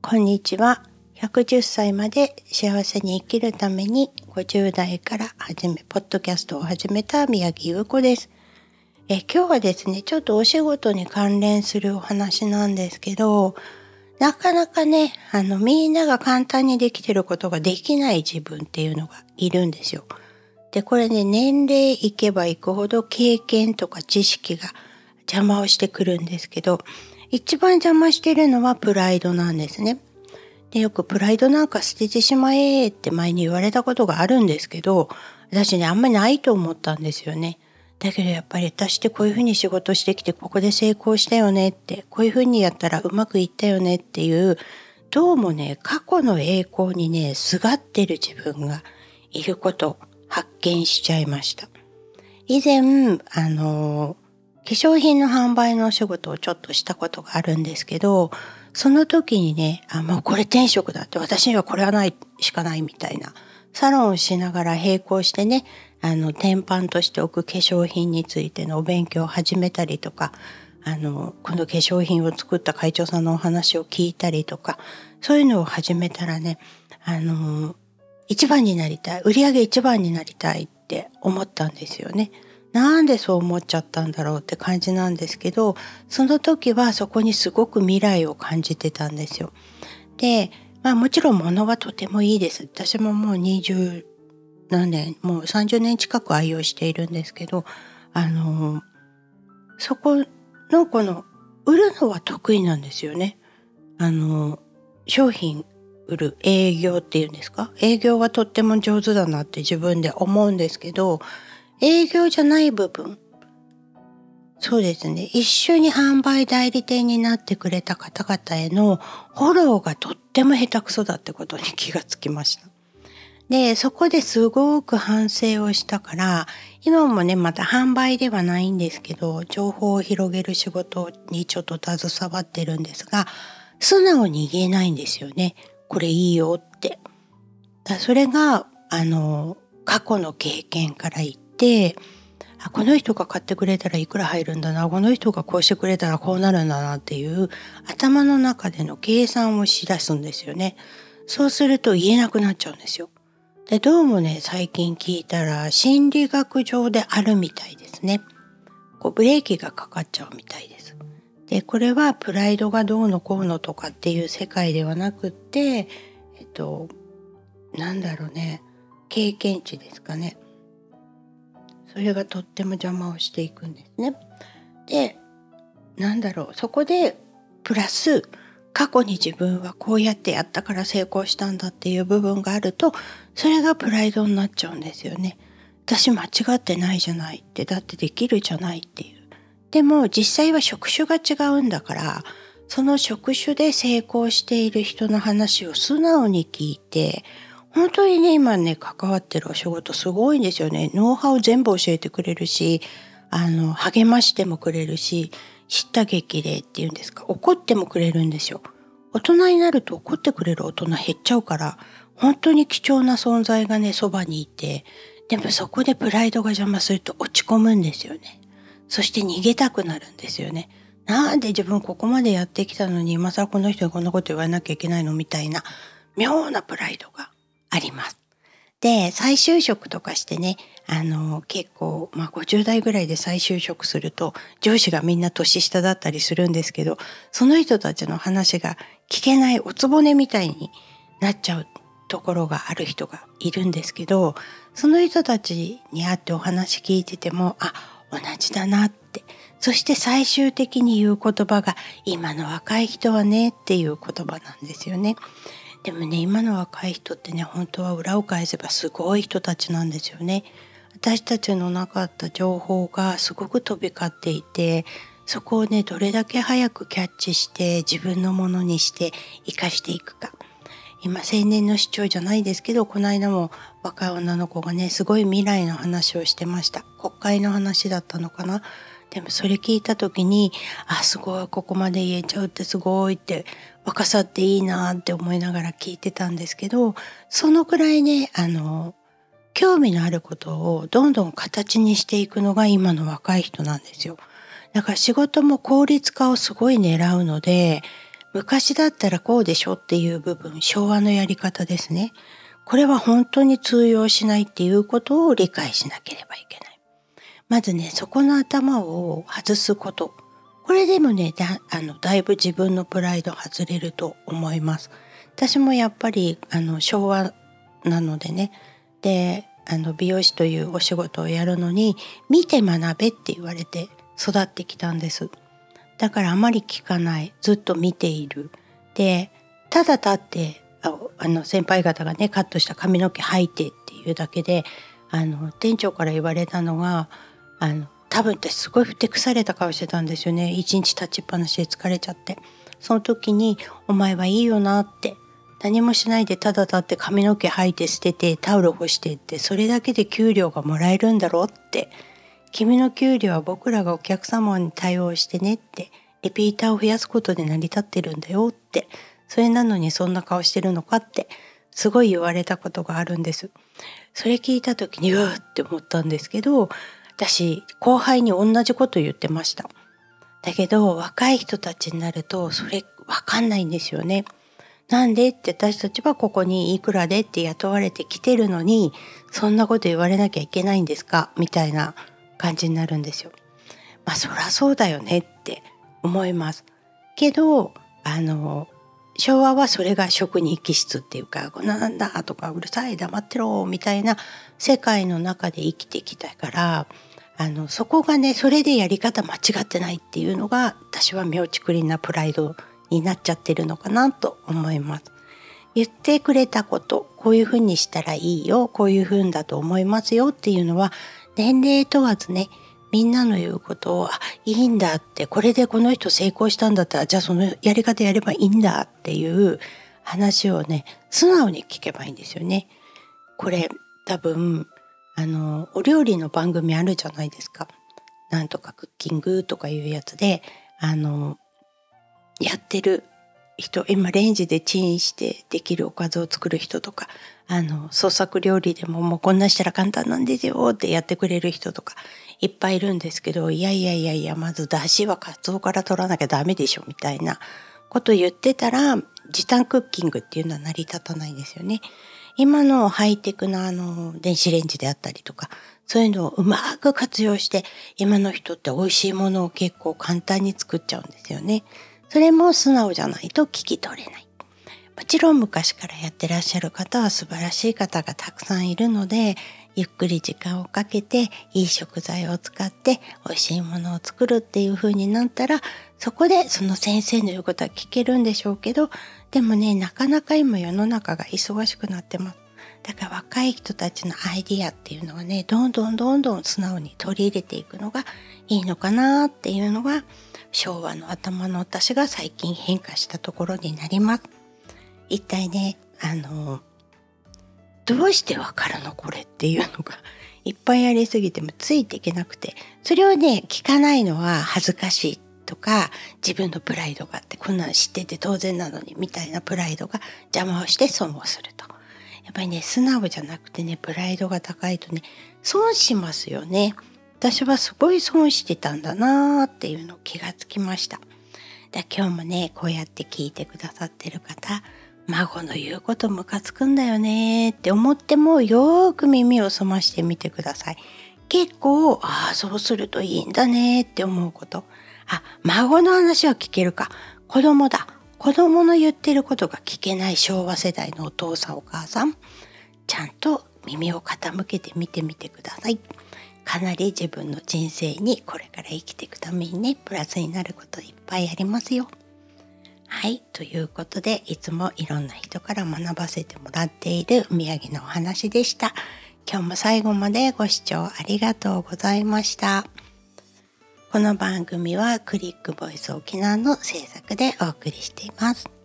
こんにちは。110歳まで幸せに生きるために50代からポッドキャストを始めた宮城優子です。今日はですね、ちょっとお仕事に関連するお話なんですけど、なかなかね、みんなが簡単にできてることができない自分っていうのがいるんですよ。で、これね、年齢いけばいくほど経験とか知識が邪魔をしてくるんですけど、一番邪魔してるのはプライドなんですね。で、よくプライドなんか捨ててしまえって前に言われたことがあるんですけど、私ね、あんまりないと思ったんですよね。だけどやっぱり私ってこういうふうに仕事してきてここで成功したよねって、こういうふうにやったらうまくいったよねっていう、どうもね、過去の栄光にね、すがってる自分がいることを発見しちゃいました。以前、化粧品の販売のお仕事をちょっとしたことがあるんですけど、その時にね、もうこれ転職だって、私にはこれはないしかないみたいな、サロンをしながら並行してね、天板として置く化粧品についてのお勉強を始めたりとか、この化粧品を作った会長さんのお話を聞いたりとか、そういうのを始めたらね、一番になりたい、売上一番になりたいって思ったんですよね。なんでそう思っちゃったんだろうって感じなんですけど、その時はそこにすごく未来を感じてたんですよ。で、もちろん物はとてもいいです。私ももう20何年、もう30年近く愛用しているんですけど、そこのこの売るのは得意なんですよね。商品売る営業っていうんですか？営業はとっても上手だなって自分で思うんですけど、営業じゃない部分、そうですね。一緒に販売代理店になってくれた方々へのフォローがとっても下手くそだってことに気がつきました。で、そこですごく反省をしたから、今もね、また販売ではないんですけど、情報を広げる仕事にちょっと携わってるんですが、素直に言えないんですよね。これいいよって。それが、過去の経験から言って、この人が買ってくれたらいくら入るんだな、この人がこうしてくれたらこうなるんだなっていう頭の中での計算をしだすんですよね。そうすると言えなくなっちゃうんですよ。で、どうもね、最近聞いたら心理学上であるみたいですね。ブレーキがかかっちゃうみたいです。で、これはプライドがどうのこうのとかっていう世界ではなくって、なんだろうね、経験値ですかね。それがとっても邪魔をしていくんですね。で、そこでプラス過去に自分はこうやってやったから成功したんだっていう部分があると、それがプライドになっちゃうんですよね。私間違ってないじゃないって、だってできるじゃないっていう。でも実際は職種が違うんだから、その職種で成功している人の話を素直に聞いて、本当にね、今ね、関わってるお仕事すごいんですよね。ノウハウ全部教えてくれるし、励ましてもくれるし、叱咤激励っていうんですか、怒ってもくれるんですよ。大人になると怒ってくれる大人減っちゃうから、本当に貴重な存在がね、そばにいて、でもそこでプライドが邪魔すると落ち込むんですよね。そして逃げたくなるんですよね。なんで自分ここまでやってきたのに、今更この人にこんなこと言わなきゃいけないのみたいな、妙なプライドがあります。で、再就職とかしてね、結構、50代ぐらいで再就職すると、上司がみんな年下だったりするんですけど、その人たちの話が聞けないおつぼねみたいになっちゃうところがある人がいるんですけど、その人たちに会ってお話聞いてても、同じだなって。そして最終的に言う言葉が、今の若い人はねっていう言葉なんですよね。でもね、今の若い人ってね、本当は裏を返せばすごい人たちなんですよね。私たちのなかった情報がすごく飛び交っていて、そこをね、どれだけ早くキャッチして自分のものにして活かしていくか。今、青年の主張じゃないですけど、この間も若い女の子がね、すごい未来の話をしてました。国会の話だったのかな。でもそれ聞いた時に、すごい、ここまで言えちゃうってすごいって、若さっていいなって思いながら聞いてたんですけど、そのくらいね、興味のあることをどんどん形にしていくのが今の若い人なんですよ。だから仕事も効率化をすごい狙うので、 昔だったらこうでしょっていう部分、昭和のやり方ですね。これは本当に通用しないっていうことを理解しなければいけない。まずね、そこの頭を外すこと。これでもね、だいぶ自分のプライド外れると思います。私もやっぱり昭和なのでね、で美容師というお仕事をやるのに見て学べって言われて育ってきたんです。だからあまり聞かない、ずっと見ている。で、ただ立って先輩方がねカットした髪の毛履いてっていうだけで店長から言われたのが多分私すごいふてくされた顔してたんですよね。一日立ちっぱなしで疲れちゃって、その時にお前はいいよなって、何もしないでただ立って髪の毛履いて捨ててタオル干してって、それだけで給料がもらえるんだろうって、君の給料は僕らがお客様に対応してねって、リピーターを増やすことで成り立ってるんだよって、それなのにそんな顔してるのかってすごい言われたことがあるんです。それ聞いた時にうわーって思ったんですけど、私後輩に同じこと言ってました。だけど若い人たちになるとそれわかんないんですよね。なんでって私たちはここにいくらでって雇われてきてるのにそんなこと言われなきゃいけないんですかみたいな感じになるんですよ。まあそりゃそうだよねって思います。けど昭和はそれが職人気質っていうか、なんだとかうるさい黙ってろみたいな世界の中で生きてきたから、そこがねそれでやり方間違ってないっていうのが私は妙ちくりんなプライドになっちゃってるのかなと思います。言ってくれたこと、こういうふうにしたらいいよ、こういうふうだと思いますよっていうのは年齢問わずね、みんなの言うことをいいんだって、これでこの人成功したんだったらじゃあそのやり方やればいいんだっていう話をね素直に聞けばいいんですよね。これ多分お料理の番組あるじゃないですか。なんとかクッキングとかいうやつでやってる人、今レンジでチンしてできるおかずを作る人とか、創作料理でももうこんなしたら簡単なんですよってやってくれる人とかいっぱいいるんですけど、いやまず出汁はカツオから取らなきゃダメでしょみたいなこと言ってたら時短クッキングっていうのは成り立たないですよね。今のハイテクな電子レンジであったりとか、そういうのをうまく活用して今の人って美味しいものを結構簡単に作っちゃうんですよね。それも素直じゃないと聞き取れない。もちろん昔からやってらっしゃる方は素晴らしい方がたくさんいるので、ゆっくり時間をかけていい食材を使って美味しいものを作るっていう風になったら、そこでその先生の言うことは聞けるんでしょうけど、でもね、なかなか今世の中が忙しくなってます。だから若い人たちのアイディアっていうのはね、どんどん素直に取り入れていくのがいいのかなっていうのが昭和の頭の私が最近変化したところになります。一体ね、どうしてわかるのこれっていうのがいっぱいありすぎてもついていけなくて、それをね聞かないのは恥ずかしいとか、自分のプライドがあってこんなの知ってて当然なのにみたいなプライドが邪魔をして損をすると、やっぱりね素直じゃなくてねプライドが高いとね損しますよね。私はすごい損してたんだなーっていうのを気がつきました。今日もねこうやって聞いてくださってる方、孫の言うことムカつくんだよねって思ってもよーく耳を澄ましてみてください。結構そうするといいんだねって思うこと、孫の話は聞けるか、子供だ、子供の言ってることが聞けない昭和世代のお父さんお母さん、ちゃんと耳を傾けてみてみてください。かなり自分の人生にこれから生きていくためにねプラスになることいっぱいありますよ。はい、ということでいつもいろんな人から学ばせてもらっている宮城のお話でした。今日も最後までご視聴ありがとうございました。この番組はクリックボイス沖縄の制作でお送りしています。